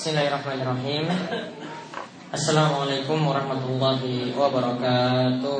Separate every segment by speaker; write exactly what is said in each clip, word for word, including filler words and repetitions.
Speaker 1: Bismillahirrahmanirrahim. Assalamualaikum warahmatullahi wabarakatuh.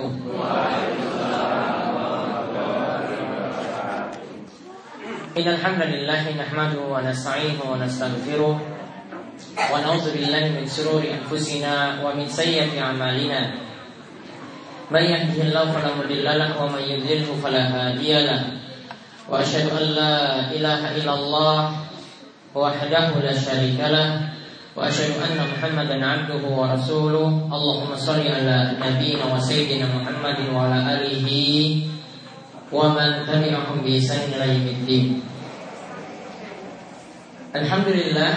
Speaker 1: Innal hamdalillah nahmaduhu wa nasta'inuhu wa nastaghfiruh wa na'udzu billahi min shururi anfusina wa min sayyiati a'malina. May yahdihillahu fala mudilla lahu wa may yudlilhu fala hadiya lahu. Wa asyhadu an la ilaha illallah wahdahu la syarika lah wa asyhadu anna Muhammadan 'abduhu wa rasuluh. Allahumma shalli ala nabiyyina wa sayyidina Muhammadin wa ala alihi wa man tabi'ahum bi ihsan ila yaumiddin. Alhamdulillah,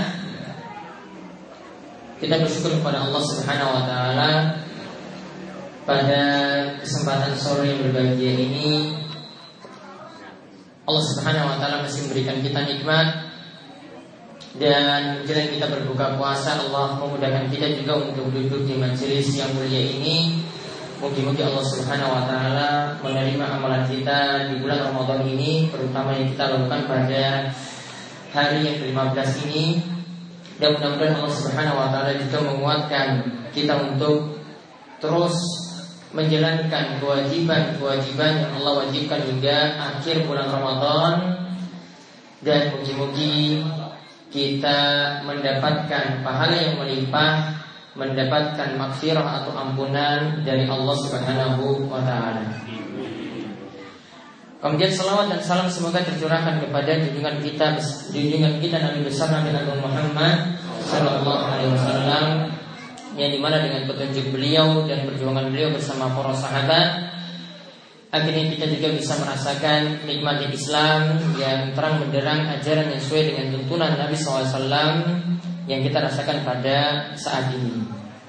Speaker 1: kita bersyukur kepada Allah Subhanahu wa taala pada kesempatan sore yang berbahagia ini. Allah Subhanahu wa taala masih memberikan kita nikmat, dan menjelang kita berbuka puasa, Allah memudahkan kita juga untuk duduk di majelis yang mulia ini. Mungkin-mungkin Allah Subhanahu wa taala menerima amalan kita di bulan Ramadan ini, terutama yang kita lakukan pada hari yang kelima belas ini. Dan mudah-mudahan Allah Subhanahu wa taala juga menguatkan kita untuk terus menjalankan kewajiban-kewajiban yang Allah wajibkan hingga akhir bulan Ramadan. Dan mungkin-mungkin kita mendapatkan pahala yang melimpah, mendapatkan maghfirah atau ampunan dari Allah Subhanahu wa taala. Kemudian salawat dan salam semoga tercurahkan kepada junjungan kita junjungan kita Nabi besar Nabi Muhammad sallallahu alaihi wasallam, yang dimana dengan petunjuk beliau dan perjuangan beliau bersama para sahabat, akhirnya kita juga bisa merasakan nikmatnya Islam yang terang benderang, ajaran yang sesuai dengan tuntunan Nabi shallallahu alaihi wasallam yang kita rasakan pada saat ini.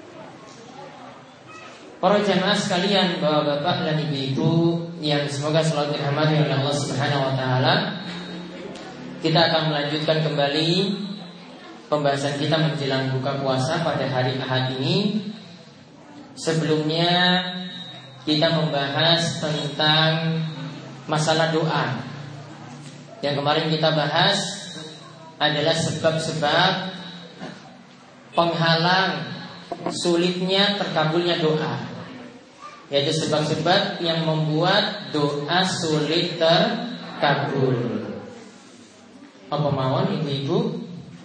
Speaker 1: Para jamaah sekalian, bapak-bapak dan ibu-ibu yang semoga selalu dirahmati oleh Allah Subhanahu wa taala, kita akan melanjutkan kembali pembahasan kita menjelang buka puasa pada hari Ahad ini. Sebelumnya kita membahas tentang masalah doa. Yang kemarin kita bahas adalah sebab-sebab penghalang sulitnya terkabulnya doa, yaitu sebab-sebab yang membuat doa sulit terkabul. Apa mawon ibu-ibu?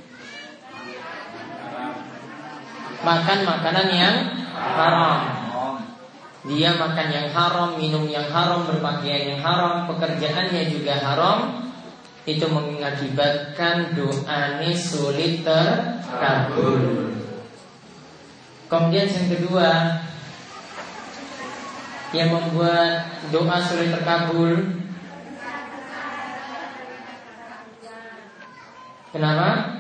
Speaker 1: Makan makanan yang haram. Dia makan yang haram, minum yang haram, berpakaian yang haram, pekerjaannya juga haram. Itu mengakibatkan doanya sulit terkabul. Kemudian yang kedua yang membuat doa sulit terkabul, kenapa?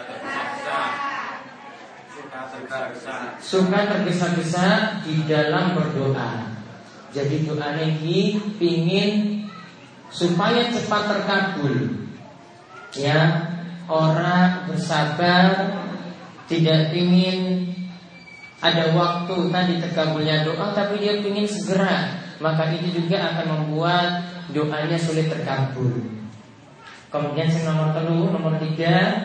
Speaker 1: Suka tergesa-gesa di dalam berdoa. Jadi doanya ini pingin supaya cepat terkabul. Ya, orang bersabar, tidak pingin ada waktu tadi terkabulnya doa, tapi dia pingin segera. Maka itu juga akan membuat doanya sulit terkabul. Kemudian yang nomor telu, nomor tiga,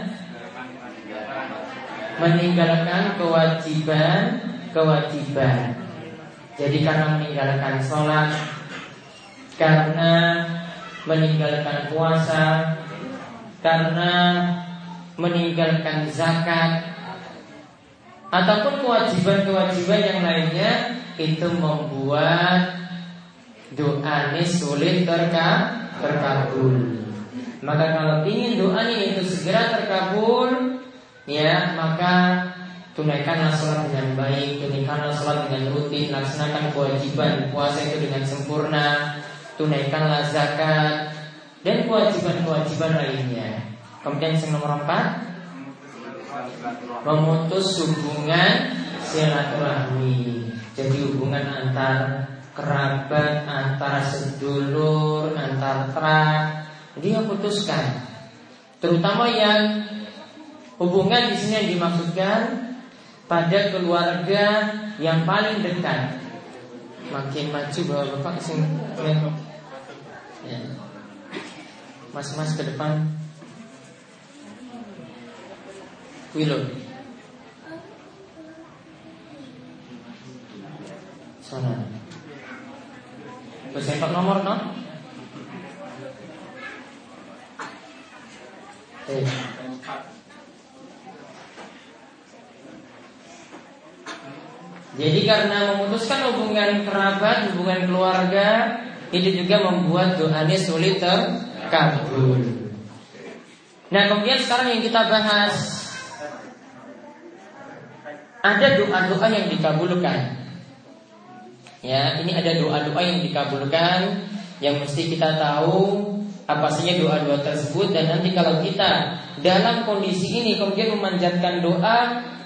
Speaker 1: meninggalkan kewajiban kewajiban. Jadi karena meninggalkan sholat, karena meninggalkan puasa, karena meninggalkan zakat, ataupun kewajiban-kewajiban yang lainnya, itu membuat doanya sulit terka, terkabul. Maka kalau ingin doanya itu segera terkabul, ya, maka tunaikanlah sholat dengan baik, tunaikanlah sholat dengan rutin, laksanakan kewajiban puasa itu dengan sempurna, tunaikanlah zakat dan kewajiban-kewajiban lainnya. Kemudian yang nomor empat, memutus hubungan silaturahmi. Jadi hubungan antar kerabat, antara sedulur, antar tra, dia putuskan. Terutama yang hubungan di sini yang dimaksudkan pada keluarga yang paling dekat. Makin maju bapak-bapak sing, ya. Mas-mas ke depan. Willow. Sana. Terus saya nomor no? Eh. Jadi karena memutuskan hubungan kerabat, hubungan keluarga, itu juga membuat doanya sulit terkabul. Nah, kemudian sekarang yang kita bahas, ada doa-doa yang dikabulkan. Ya, ini ada doa-doa yang dikabulkan, yang mesti kita tahu apa saja doa-doa tersebut. Dan nanti kalau kita dalam kondisi ini kemudian memanjatkan doa,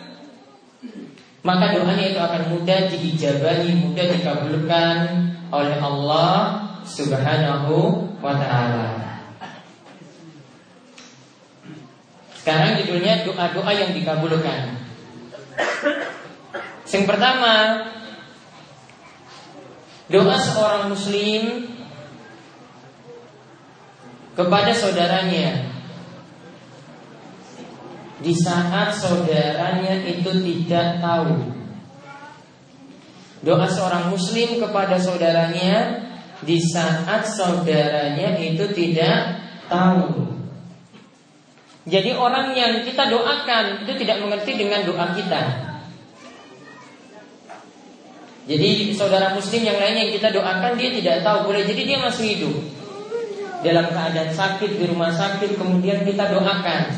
Speaker 1: maka doanya itu akan mudah diijabahi, mudah dikabulkan oleh Allah Subhanahu wa ta'ala. Sekarang judulnya doa-doa yang dikabulkan. Yang pertama, doa seorang muslim kepada saudaranya di saat saudaranya itu tidak tahu. Doa seorang muslim kepada saudaranya di saat saudaranya itu tidak tahu. Jadi orang yang kita doakan itu tidak mengerti dengan doa kita. Jadi saudara muslim yang lainnya yang kita doakan dia tidak tahu, boleh jadi dia masih hidup dalam keadaan sakit di rumah sakit, kemudian kita doakan.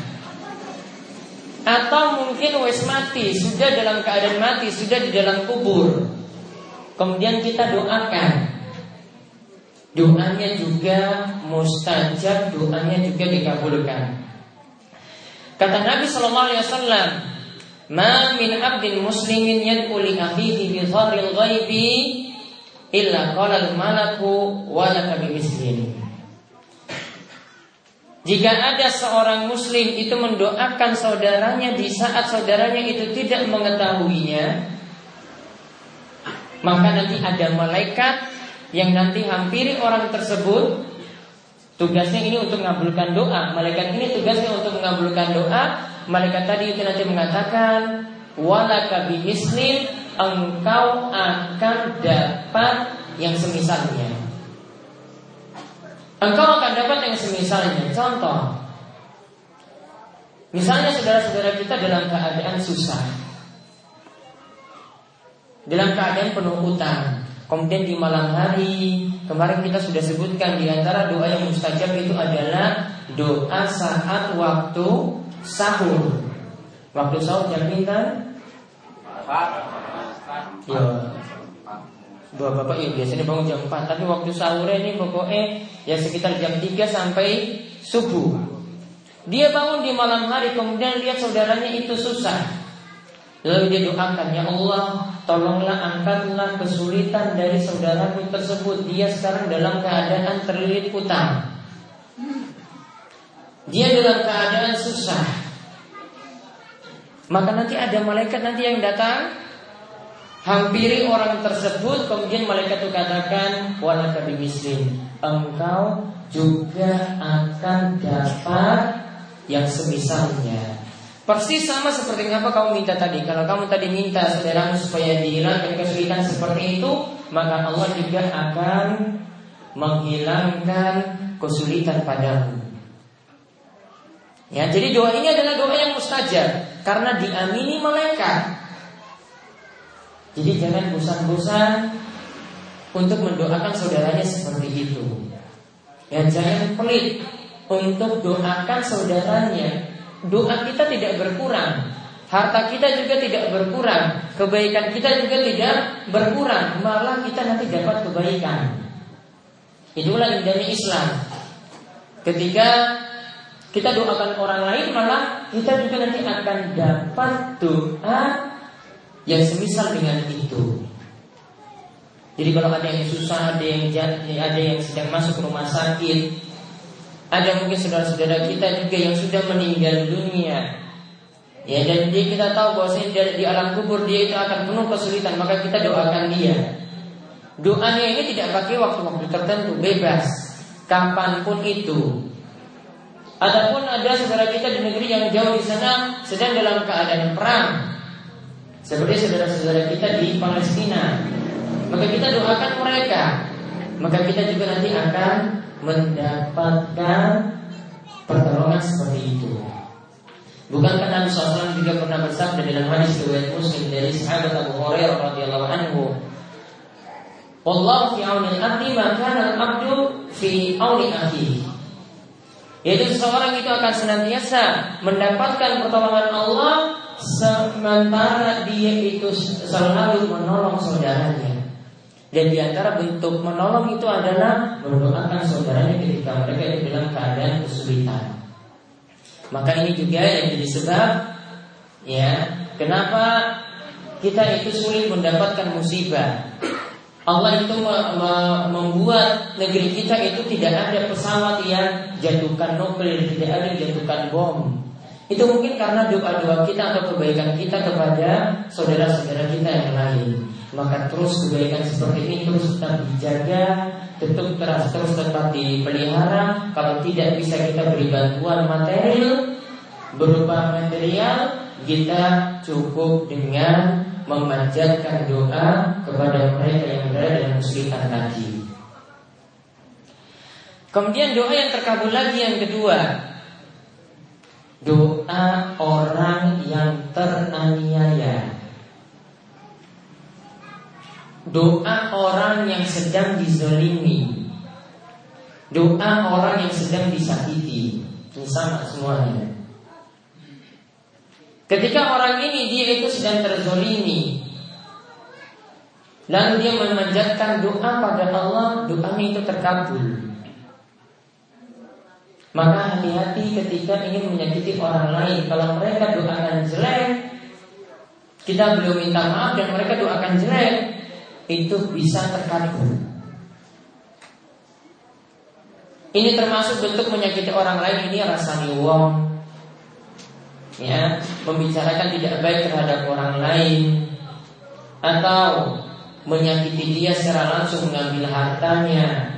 Speaker 1: Atau mungkin wes mati, sudah dalam keadaan mati, sudah di dalam kubur, kemudian kita doakan. Doanya juga mustajab, doanya juga dikabulkan. Kata Nabi Sallallahu Alaihi Wasallam, "Ma min abdin muslimin yad'u li akhihi bi dharril ghaibi illa qala al-malaku wa laka bimislihi." Jika ada seorang muslim itu mendoakan saudaranya di saat saudaranya itu tidak mengetahuinya, maka nanti ada malaikat yang nanti hampiri orang tersebut. Tugasnya ini untuk mengabulkan doa. Malaikat ini tugasnya untuk mengabulkan doa. Malaikat tadi itu nanti mengatakan, walaka bimislim, engkau akan dapat yang semisalnya. Engkau akan dapat yang semisalnya. Contoh, misalnya saudara-saudara kita dalam keadaan susah, dalam keadaan penuh utang, kemudian di malam hari, kemarin kita sudah sebutkan di antara doa yang mustajab itu adalah doa saat waktu sahur. Waktu sahur jam pintar? Ya, bapak-bapak ya biasanya bangun jam empat, tapi waktu sahur ini pokoknya ya sekitar jam tiga sampai subuh. Dia bangun di malam hari, kemudian lihat saudaranya itu susah. Lalu dia doakan, ya Allah, tolonglah angkatlah kesulitan dari saudaraku tersebut. Dia sekarang dalam keadaan terlilit utang, dia dalam keadaan susah. Maka nanti ada malaikat nanti yang datang, hampiri orang tersebut, kemudian malaikat itu katakan, walaka bimislim, engkau juga akan dapat yang semisalnya. Persis sama seperti apa kamu minta tadi. Kalau kamu tadi minta saudaramu supaya dihilangkan kesulitan seperti itu, maka Allah juga akan menghilangkan kesulitan padamu. Ya, jadi doa ini adalah doa yang mustajab karena diamini malaikat. Jadi jangan bosan-bosan untuk mendoakan saudaranya seperti itu. Ya, jangan pelit untuk doakan saudaranya. Doa kita tidak berkurang, harta kita juga tidak berkurang, kebaikan kita juga tidak berkurang, malah kita nanti dapat kebaikan. Itulah indahnya Islam. Ketika kita doakan orang lain, malah kita juga nanti akan dapat doa yang semisal dengan itu. Jadi kalau ada yang susah, ada yang ada yang sedang masuk rumah sakit, ada mungkin saudara-saudara kita juga yang sudah meninggal dunia, ya, dan dia kita tahu bahwasanya di alam kubur dia itu akan penuh kesulitan, maka kita doakan dia. Doanya ini tidak pakai waktu-waktu tertentu, bebas, kapanpun itu. Adapun ada saudara kita di negeri yang jauh di sana sedang dalam keadaan perang, seperti saudara-saudara kita di Palestina, maka kita doakan mereka, maka kita juga nanti akan mendapatkan pertolongan seperti itu. Bukankah Nabi shallallahu alaihi wasallam juga pernah bersabda dalam hadis riwayat Muslim dari sahabat Abu Hurairah radhiyallahu anhu, "Wallahu fi auni al-'abdi ma kana al-'abdu fi auni akhihi." Yaitu seseorang itu akan senantiasa mendapatkan pertolongan Allah sementara dia itu selalu menolong saudaranya. Dan di antara bentuk menolong itu adalah mendoakan saudaranya ketika mereka itu dalam keadaan kesulitan. Maka ini juga yang jadi sebab, ya, kenapa kita itu sulit mendapatkan musibah. Allah itu membuat negeri kita itu tidak ada pesawat yang jatuhkan nuklir, tidak ada yang jatuhkan bom. Itu mungkin karena doa-doa kita atau kebaikan kita kepada saudara-saudara kita yang lain. Maka terus kebaikan seperti ini terus tetap dijaga, tetap terus terus tetap dipelihara. Kalau tidak bisa kita beri bantuan material berupa material, kita cukup dengan memanjatkan doa kepada mereka yang berada dalam kesulitan tadi. Kemudian doa yang terkabul lagi yang kedua, doa orang yang teraniaya, doa orang yang sedang dizalimi, doa orang yang sedang disakiti. Ini sama semuanya. Ketika orang ini dia itu sedang terzalimi, lalu dia memanjatkan doa pada Allah, doanya itu terkabul. Maka hati-hati ketika ingin menyakiti orang lain. Kalau mereka doakan jelek, kita belum minta maaf dan mereka doakan jelek, itu bisa terkabul. Ini termasuk bentuk menyakiti orang lain. Ini rasani wong, ya, membicarakan tidak baik terhadap orang lain, atau menyakiti dia secara langsung, mengambil hartanya.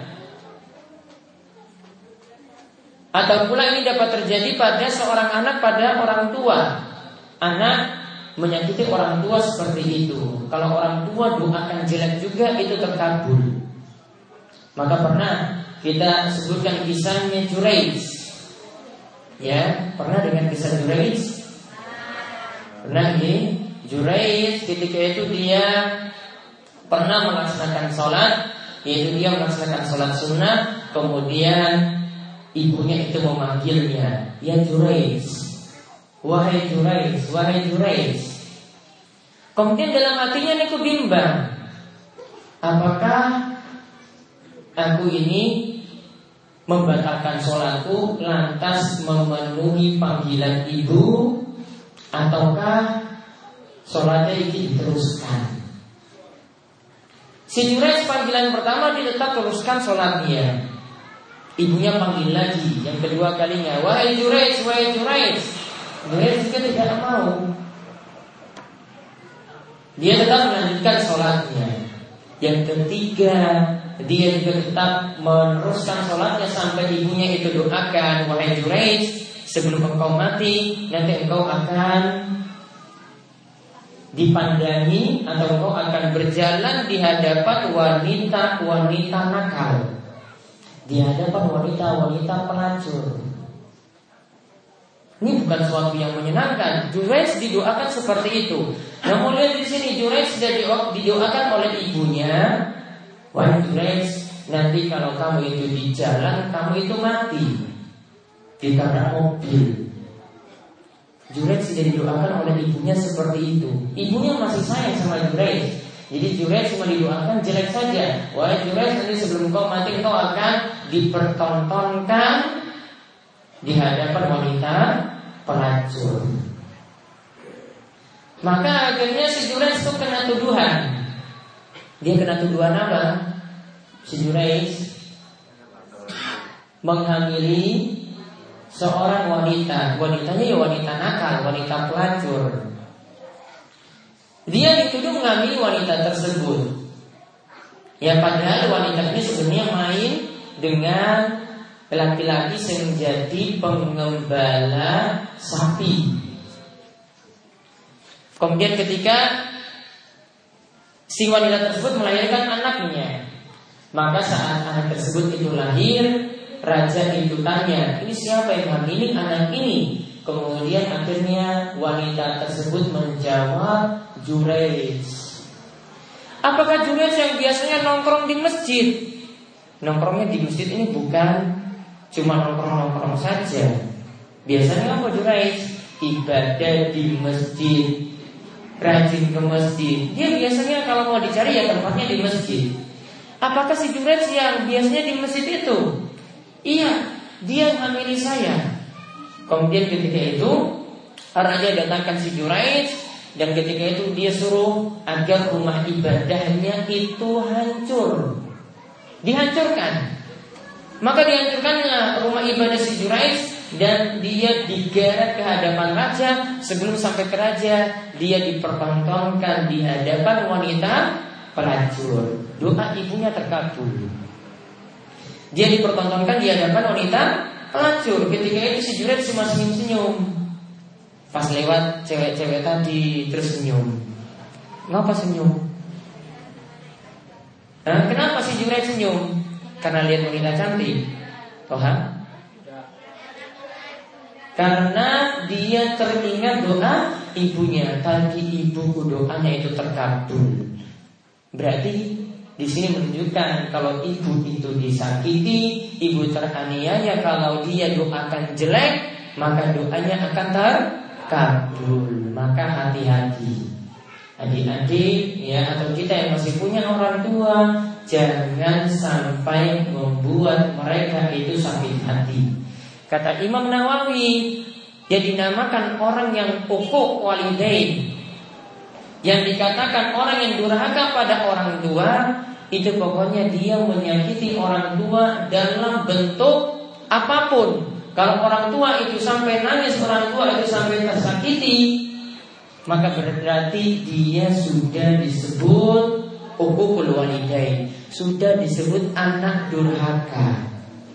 Speaker 1: Atau pula ini dapat terjadi pada seorang anak pada orang tua. Anak menyakiti orang tua seperti itu. Kalau orang tua doakan jelek juga, itu terkabul. Maka pernah kita sebutkan kisahnya Juraij. Ya, pernah dengan kisah Juraij? Pernah ya? Juraij ketika itu dia pernah melaksanakan sholat, yaitu dia melaksanakan sholat sunnah. Kemudian ibunya itu memanggilnya, "Ya Juraij, wahai Juraij, wahai Juraij." Kemudian dalam hatinya niku bimbang, apakah aku ini membatalkan sholatku lantas memenuhi panggilan ibu, ataukah sholatnya ini diteruskan? Si Juraij panggilan pertama dia tetap teruskan sholatnya. Ibunya panggil lagi yang kedua kalinya, "Wahai Juraij, wahai Juraij." Juraij juga tidak mau. Dia tetap melanjutkan sholatnya. Yang ketiga, dia juga tetap meneruskan sholatnya sampai ibunya itu doakan, "Wahai Juraij, sebelum engkau mati, nanti engkau akan dipandangi atau engkau akan berjalan di hadapan wanita-wanita nakal, di hadapan wanita-wanita pelacur." Ini bukan suatu yang menyenangkan. Juraij didoakan seperti itu. Namun lihat di sini Juraij sudah didoakan oleh ibunya, "Wahai Juraij, nanti kalau kamu itu di jalan, kamu itu mati ditabrak mobil." Juraij sudah didoakan oleh ibunya seperti itu. Ibunya masih sayang sama Juraij. Jadi Juraij cuma didoakan jelek saja. "Wahai Juraij, nanti sebelum kau mati kau akan dipertontonkan di hadapan wanita pelacur." Maka akhirnya si Juraij itu kena tuduhan. Dia kena tuduhan apa? Si Juraij menghamili seorang wanita. Wanitanya ya wanita nakal, wanita pelacur. Dia dituduh mengambil wanita tersebut. Ya padahal wanita ini sebenarnya main dengan laki-laki yang menjadi pengembala sapi. Kemudian ketika si wanita tersebut melahirkan anaknya. Maka saat anak tersebut itu lahir, raja itu tanya, ini siapa yang hamili anak ini? Kemudian akhirnya wanita tersebut menjawab, Juraij. Apakah Juraij yang biasanya nongkrong di masjid? Nongkrongnya di masjid ini bukan cuma nongkrong-nongkrong saja. Biasanya apa Juraij? Ibadah di masjid, rajin ke masjid. Dia biasanya kalau mau dicari ya tempatnya di masjid. Apakah si Juraij yang biasanya di masjid itu? Iya, dia yang hamili saya. Kemudian ketika itu raja datangkan si Juraij, dan ketika itu dia suruh agar rumah ibadahnya itu hancur, dihancurkan. Maka dihancurkannya rumah ibadah si Juraij, dan dia digeret ke hadapan raja. Sebelum sampai ke raja, dia dipertontonkan di hadapan wanita pelacur. Doa ibunya terkabul. Dia dipertontonkan di hadapan wanita pelacur. Ketika itu si Juraij cuma senyum-senyum. Pas lewat cewek-cewek tadi terus senyum. Kenapa senyum? Nah, kenapa si Juraij senyum? Karena lihat wanita cantik. Paham? Karena dia teringat doa ibunya. Tadi ibuku doanya itu terkabul. Berarti di sini menunjukkan kalau ibu itu disakiti, ibu teraniaya, kalau dia doakan jelek, maka doanya akan terkabul. Maka hati-hati, adik-adik ya, atau kita yang masih punya orang tua, jangan sampai membuat mereka itu sakit hati. Kata Imam Nawawi, dia dinamakan orang yang uquq walidain, yang dikatakan orang yang durhaka pada orang tua, itu pokoknya dia menyakiti orang tua dalam bentuk apapun. Kalau orang tua itu sampai nangis, orang tua itu sampai tersakiti, maka berarti dia sudah disebut uququl walidain, sudah disebut anak durhaka.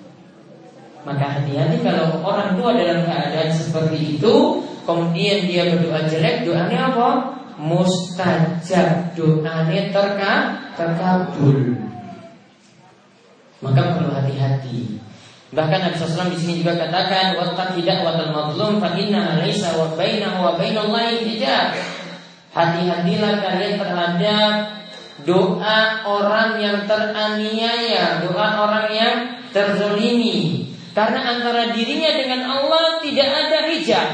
Speaker 1: Maka hati-hati kalau orang tua dalam keadaan seperti itu, kemudian dia berdoa jelek, doanya apa? Mustajab, doanya terka, terkabul. Maka perlu hati-hati. Bahkan Nabi shallallahu alaihi wasallam di sini juga katakan, wattaqidak watal mazlum fa inna laisa wa bainahu wa bainallahi hijab. Hati-hatilah kalian terhadap doa orang yang teraniaya, doa orang yang terzolimi, karena antara dirinya dengan Allah tidak ada hijab.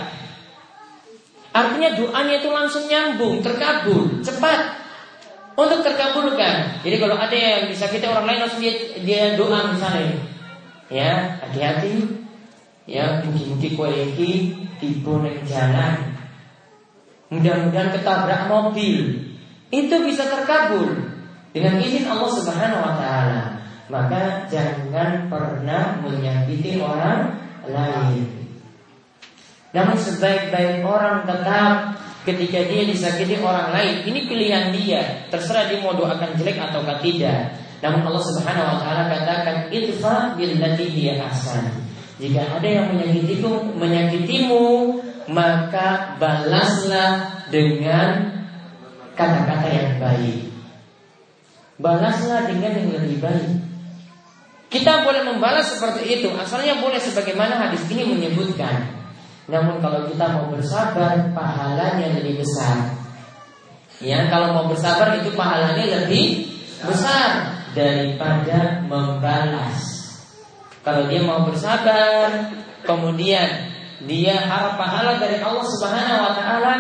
Speaker 1: Artinya doanya itu langsung nyambung, terkabul, cepat untuk terkabulkan. Jadi kalau ada yang disakiti orang lain, langsung dia, dia doa misalnya, ya hati-hati, ya mungkin-mungkin kowe iki tiba nang jalan, mudah-mudahan ketabrak mobil, itu bisa terkabul dengan izin Allah Subhanahu Wa Taala. Maka jangan pernah menyakiti orang lain. Namun sebaik-baik orang tetap ketika dia disakiti orang lain, ini pilihan dia, terserah dia mau doakan jelek ataukah tidak. Namun Allah Subhanahu Wa Taala katakan, idfa billati hiya ahsan. Jika ada yang menyakitimu, menyakitimu, maka balaslah dengan kata-kata yang baik. Balaslah dengan yang lebih baik. Kita boleh membalas seperti itu, asalnya boleh sebagaimana hadis ini menyebutkan. Namun kalau kita mau bersabar, pahalanya lebih besar. Ya, kalau mau bersabar itu pahalanya lebih besar daripada membalas. Kalau dia mau bersabar, kemudian dia harap pahala dari Allah Subhanahu Wa Taala,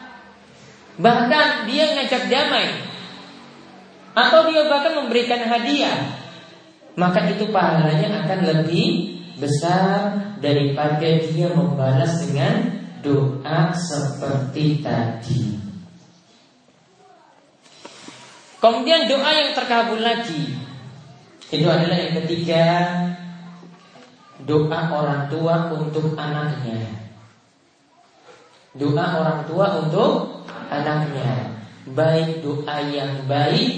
Speaker 1: bahkan dia ngajak damai, atau dia bahkan memberikan hadiah, maka itu pahalanya akan lebih besar daripada dia membalas dengan doa seperti tadi. Kemudian doa yang terkabul lagi, itu adalah yang ketiga, doa orang tua untuk anaknya. Doa orang tua untuk anaknya, baik doa yang baik,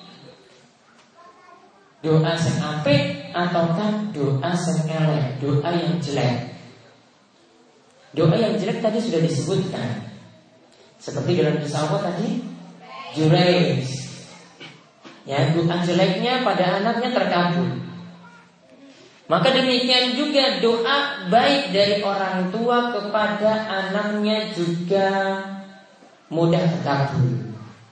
Speaker 1: doa yang apik, ataukah doa yang elek, doa yang jelek. Doa yang jelek tadi sudah disebutkan, seperti dalam kisah apa tadi? Juraij. Ya, doa jeleknya pada anaknya terkabul. Maka demikian juga doa baik dari orang tua kepada anaknya juga mudah terkabul.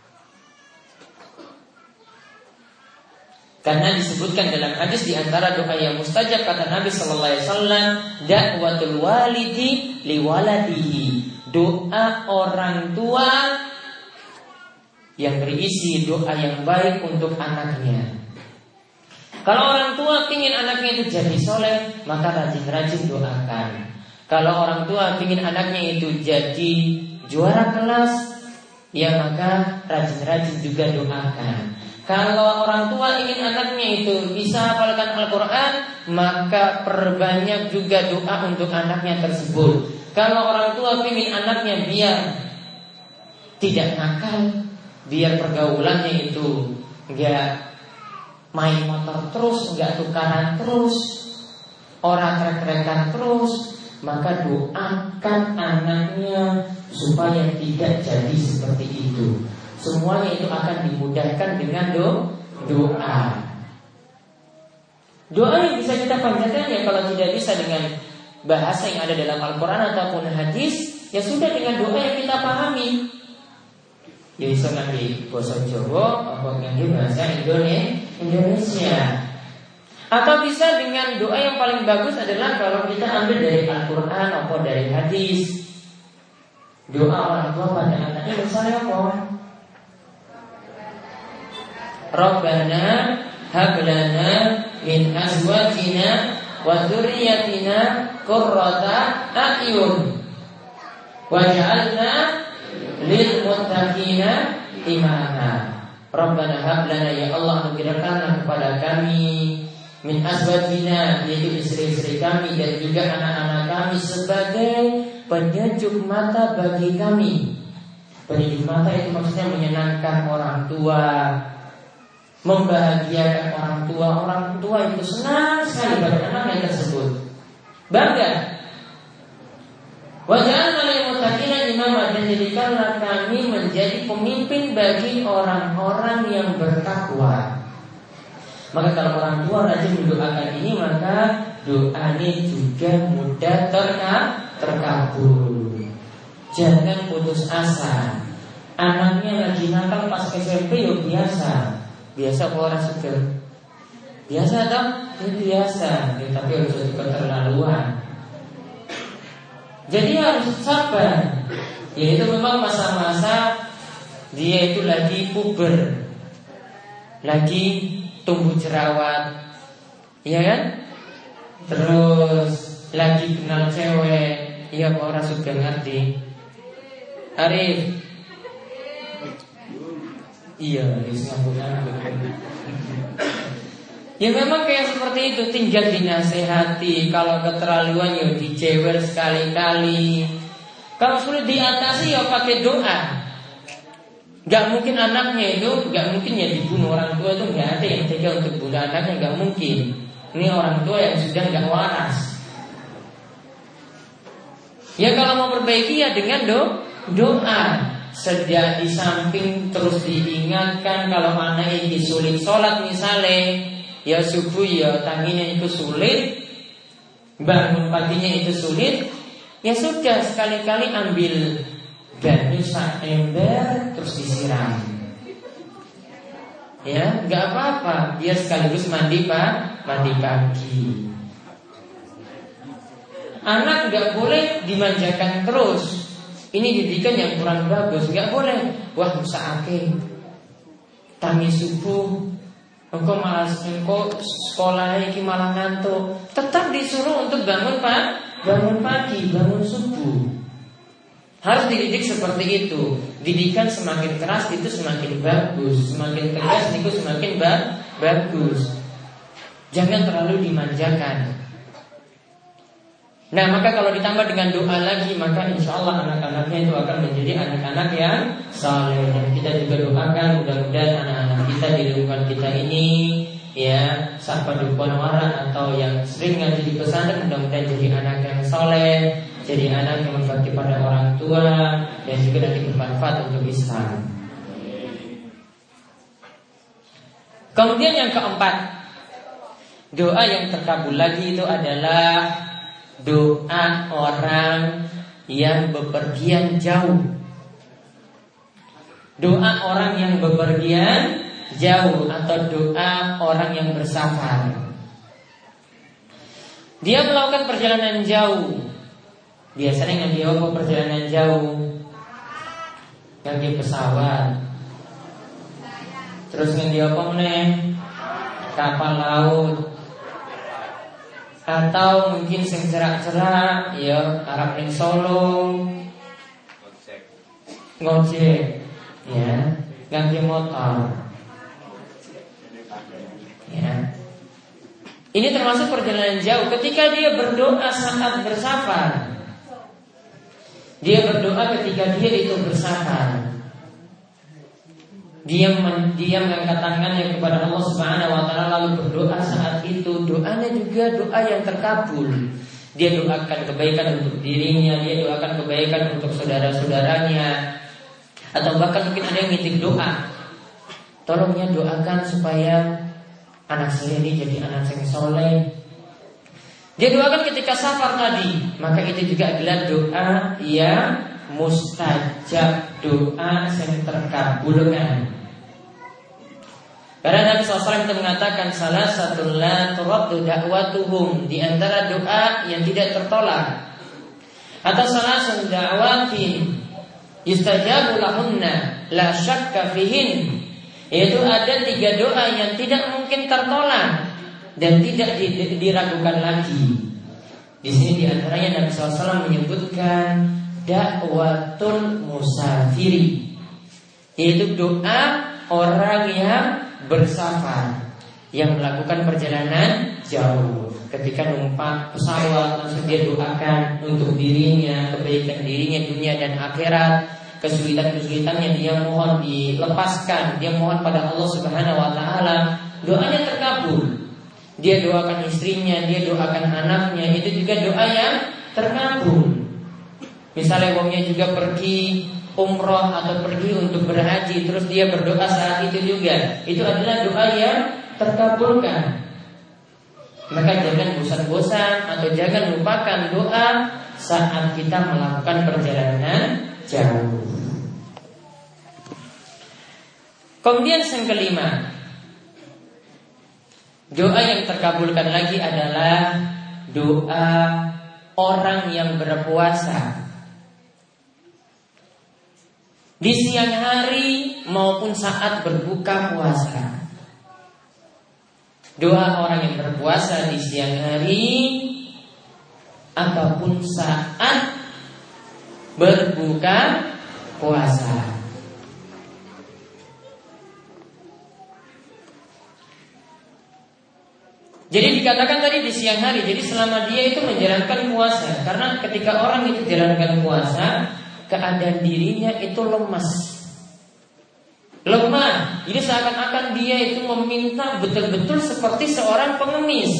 Speaker 1: Karena disebutkan dalam hadis di antara doa yang mustajab kata Nabi sallallahu alaihi wasallam, da'watul walidi liwaladihi. Doa orang tua yang berisi doa yang baik untuk anaknya. Kalau orang tua ingin anaknya itu jadi soleh, maka rajin-rajin doakan. Kalau orang tua ingin anaknya itu jadi juara kelas, ya maka rajin-rajin juga doakan. Kalau orang tua ingin anaknya itu bisa hafalkan Al-Quran, maka perbanyak juga doa untuk anaknya tersebut. Kalau orang tua ingin anaknya biar tidak nakal, biar pergaulannya itu enggak main motor terus, enggak tukaran terus, orang krek-krekan terus, maka doakan anaknya supaya tidak jadi seperti itu. Semuanya itu akan dimudahkan dengan do, doa. Doa yang bisa kita panjatkan ya, kalau tidak bisa dengan bahasa yang ada dalam Al-Quran ataupun hadis, ya sudah dengan doa yang kita pahami. Ya bisa ngambil bahasa Jawa atau ngambil bahasa Indonesia. Atau bisa dengan doa yang paling bagus adalah kalau kita ambil dari Al-Quran atau dari hadis. Doa orang tua pada anaknya misalnya apa? Rabbana hablana min azwajina wa dzurriyyatina qurrata a'yun waj'alna lil muttaqina imama. Rabbana hablana, ya Allah anugerahkanlah kepada kami min azwajina, yaitu istri-istri kami dan juga anak-anak kami sebagai penyejuk mata bagi kami. Penyejuk mata itu maksudnya menyenangkan orang tua, membahagiakan orang tua. Orang tua itu senang sekali pada anaknya tersebut, bangga. Waj'alna lil muttaqina imama, dan jadikanlah kami menjadi pemimpin bagi orang-orang yang bertakwa. Maka kalau orang tua rajin mendoakan ini, maka doanya juga mudah terkabul. Jangan putus asa. Anaknya lagi nakal pas S M P, ya biasa. Biasa kok orang seger. Biasa dong, ini biasa. Ya, tapi harus jadi keterlaluan. Jadi harus sabar. Yaitu memang masa-masa dia itu lagi puber, lagi tumbuh jerawat, ya kan? Terus lagi kenal cewek, ya kok orang suka ngerti. Arif, iya, disambung-sambung. Ya memang kayak seperti itu, tinggal dinasehati. Kalau keterlaluan ya dicewel sekali-kali. Kalau sulit diatasi ya pakai doa. Gak mungkin anaknya itu, gak mungkin ya dibunuh. Orang tua itu gak ada yang tega untuk bunuh anaknya, gak mungkin. Ini orang tua yang sudah gak waras. Ya kalau mau perbaiki ya dengan do, doa. Sejak di samping terus diingatkan kalau anak ini sulit sholat misalnya, ya subuh ya tanginya itu sulit, bangun paginya itu sulit, ya sudah sekali-kali ambil banyu sak ember terus disiram. Ya, nggak apa-apa, dia sekaligus mandi pak, mandi pagi. Anak nggak boleh dimanjakan terus. Ini didikan yang kurang bagus, nggak boleh. Wah musa'ake tangi subuh, engkau malah engkau sekolah ini malah ngantuk. Tetap disuruh untuk bangun pak, bangun pagi, bangun subuh. Harus dididik seperti itu. Didikan semakin keras itu semakin bagus, semakin tegas itu semakin ba- bagus. Jangan terlalu dimanjakan. Nah maka kalau ditambah dengan doa lagi, maka insya Allah anak-anaknya itu akan menjadi anak-anak yang saleh. Dan kita juga doakan mudah-mudahan anak-anak kita di lingkungan kita ini, ya sahabat dukuan wara atau yang sering ngaji di pesantren, mudah-mudahan jadi anak yang saleh, jadi anak yang berbakti pada orang tua, dan juga nanti bermanfaat untuk Islam. Kemudian yang keempat, doa yang terkabul lagi itu adalah doa orang yang bepergian jauh. Doa orang yang bepergian jauh atau doa orang yang bersafar. Dia melakukan perjalanan jauh. Biasanya yang dia mau perjalanan jauh, yang dia pesawat. Terus yang dia apa meneh? Kapal laut. Atau mungkin sing cerak-cerak ya arep ning Solo. Ngojek. Ya, ganti motor. Ya. Ini termasuk perjalanan jauh. Ketika dia berdoa saat bersafar, dia berdoa ketika dia itu bersafar. Dia men, dia mengangkat tangannya kepada Allah Subhanahu wa taala lalu berdoa saat itu. Doanya juga doa yang terkabul. Dia doakan kebaikan untuk dirinya, dia doakan kebaikan untuk saudara-saudaranya, atau bahkan mungkin ada yang nitip doa. Tolong ya doakan supaya anak saya ini jadi anak yang soleh. Dia doakan ketika safar tadi. Maka itu juga adalah doa yang mustajab, doa yang terkabulkan. Karena Nabi shallallahu alaihi wasallam itu mengatakan salah satu la turaddu da'watuhum, di antara doa yang tidak tertolak, atau salah satu da'watin yustajabu lahunna la syakka fihin, yaitu ada tiga doa yang tidak mungkin tertolak dan tidak diragukan lagi. Di sini di antaranya Nabi shallallahu alaihi wasallam menyebutkan dakwatul musafiri, yaitu doa orang yang bersafar, yang melakukan perjalanan jauh. Ketika numpang pesawat langsung dia doakan untuk dirinya, kebaikan dirinya dunia dan akhirat. Kesulitan-kesulitannya dia mohon dilepaskan, dia mohon pada Allah Subhanahu wa taala, doanya terkabul. Dia doakan istrinya, dia doakan anaknya, itu juga doa yang terkabul. Misalnya wongnya juga pergi umroh atau pergi untuk berhaji, terus dia berdoa saat itu juga, itu adalah doa yang terkabulkan. Maka jangan bosan-bosan atau jangan lupakan doa saat kita melakukan perjalanan jauh. Kemudian yang kelima, doa yang terkabulkan lagi adalah doa orang yang berpuasa di siang hari maupun saat berbuka puasa. Doa orang yang berpuasa di siang hari ataupun saat berbuka puasa. Jadi dikatakan tadi di siang hari, jadi selama dia itu menjalankan puasa. Karena ketika orang itu jalankan puasa, keadaan dirinya itu lemas, lemah. Jadi seakan-akan dia itu meminta betul-betul seperti seorang pengemis.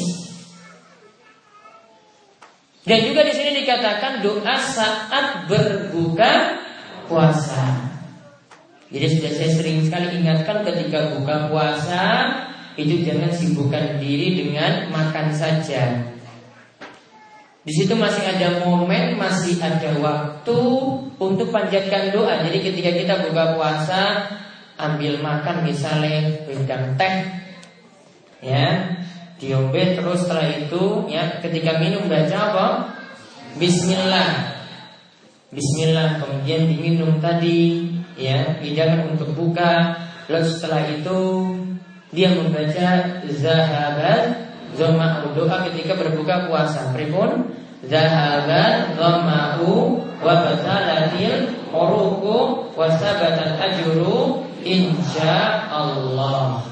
Speaker 1: Dan juga di sini dikatakan doa saat berbuka puasa. Jadi sudah saya sering sekali ingatkan, ketika buka puasa itu jangan sibukkan diri dengan makan saja. Di situ masih ada momen, masih ada waktu untuk panjatkan doa. Jadi ketika kita buka puasa, ambil makan misalnya wedang teh, ya, diombe, terus setelah itu, ya, ketika minum baca apa? Bismillah, Bismillah, kemudian diminum tadi, ya, hidangan untuk buka. Lalu setelah itu dia membaca zahabat Zoma'u, doa ketika berbuka puasa. Pripun? Zahabat Zoma'u wa batalatil uruku wa sabatat ajru insyaallah.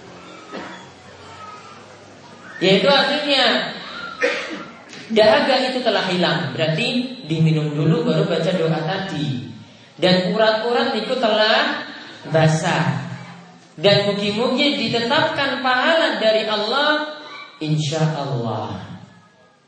Speaker 1: Yaitu artinya dahaga itu telah hilang. Berarti diminum dulu baru baca doa tadi. Dan urat-urat itu telah basah. Dan mugi-mugi ditetapkan pahala dari Allah insyaallah.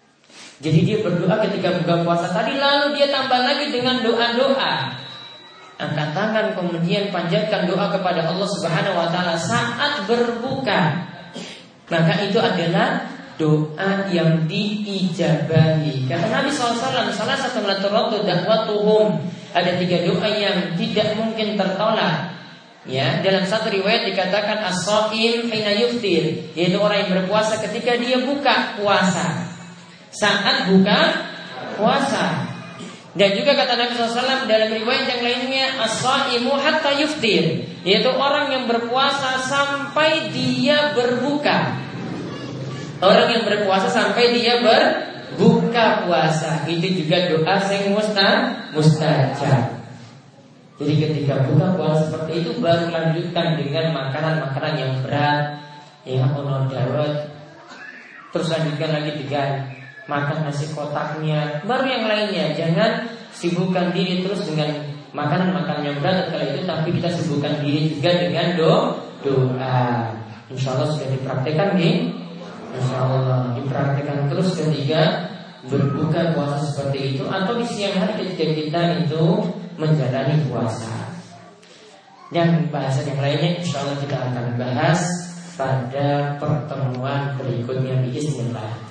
Speaker 1: Jadi dia berdoa ketika buka puasa tadi, lalu dia tambah lagi dengan doa-doa. angkat tangan kemudian panjatkan doa kepada Allah Subhanahu wa taala saat berbuka, maka itu adalah doa yang diijabahi. Kata Nabi shallallahu alaihi wasallam, salah satu laturatu dakwatuhum, ada tiga doa yang tidak mungkin tertolak. Ya, dalam satu riwayat dikatakan as-shaim hina yuftir, yaitu orang yang berpuasa ketika dia buka puasa, saat buka puasa. Dan juga kata Nabi shallallahu alaihi wasallam dalam riwayat yang lainnya as-shaimu hatta yuftir, yaitu orang yang berpuasa sampai dia berbuka. Orang yang berpuasa sampai dia berbuka puasa, itu juga doa yang mustajab. Jadi ketika buka puasa seperti itu baru lanjutkan dengan makanan-makanan yang berat, ya ono darat. Terus lanjutkan lagi dengan makan nasi kotaknya, baru yang lainnya. Jangan sibukkan diri terus dengan makanan-makanan yang berat kali itu, tapi kita sibukkan diri juga dengan do doa. Insya Allah sudah dipraktekkan nih. Insya Allah dipraktekkan terus ketika berbuka puasa seperti itu, atau di siang hari ketika kita itu menjalani puasa. Dan bahasan yang lainnya insya Allah kita akan bahas pada pertemuan berikutnya biiznillah.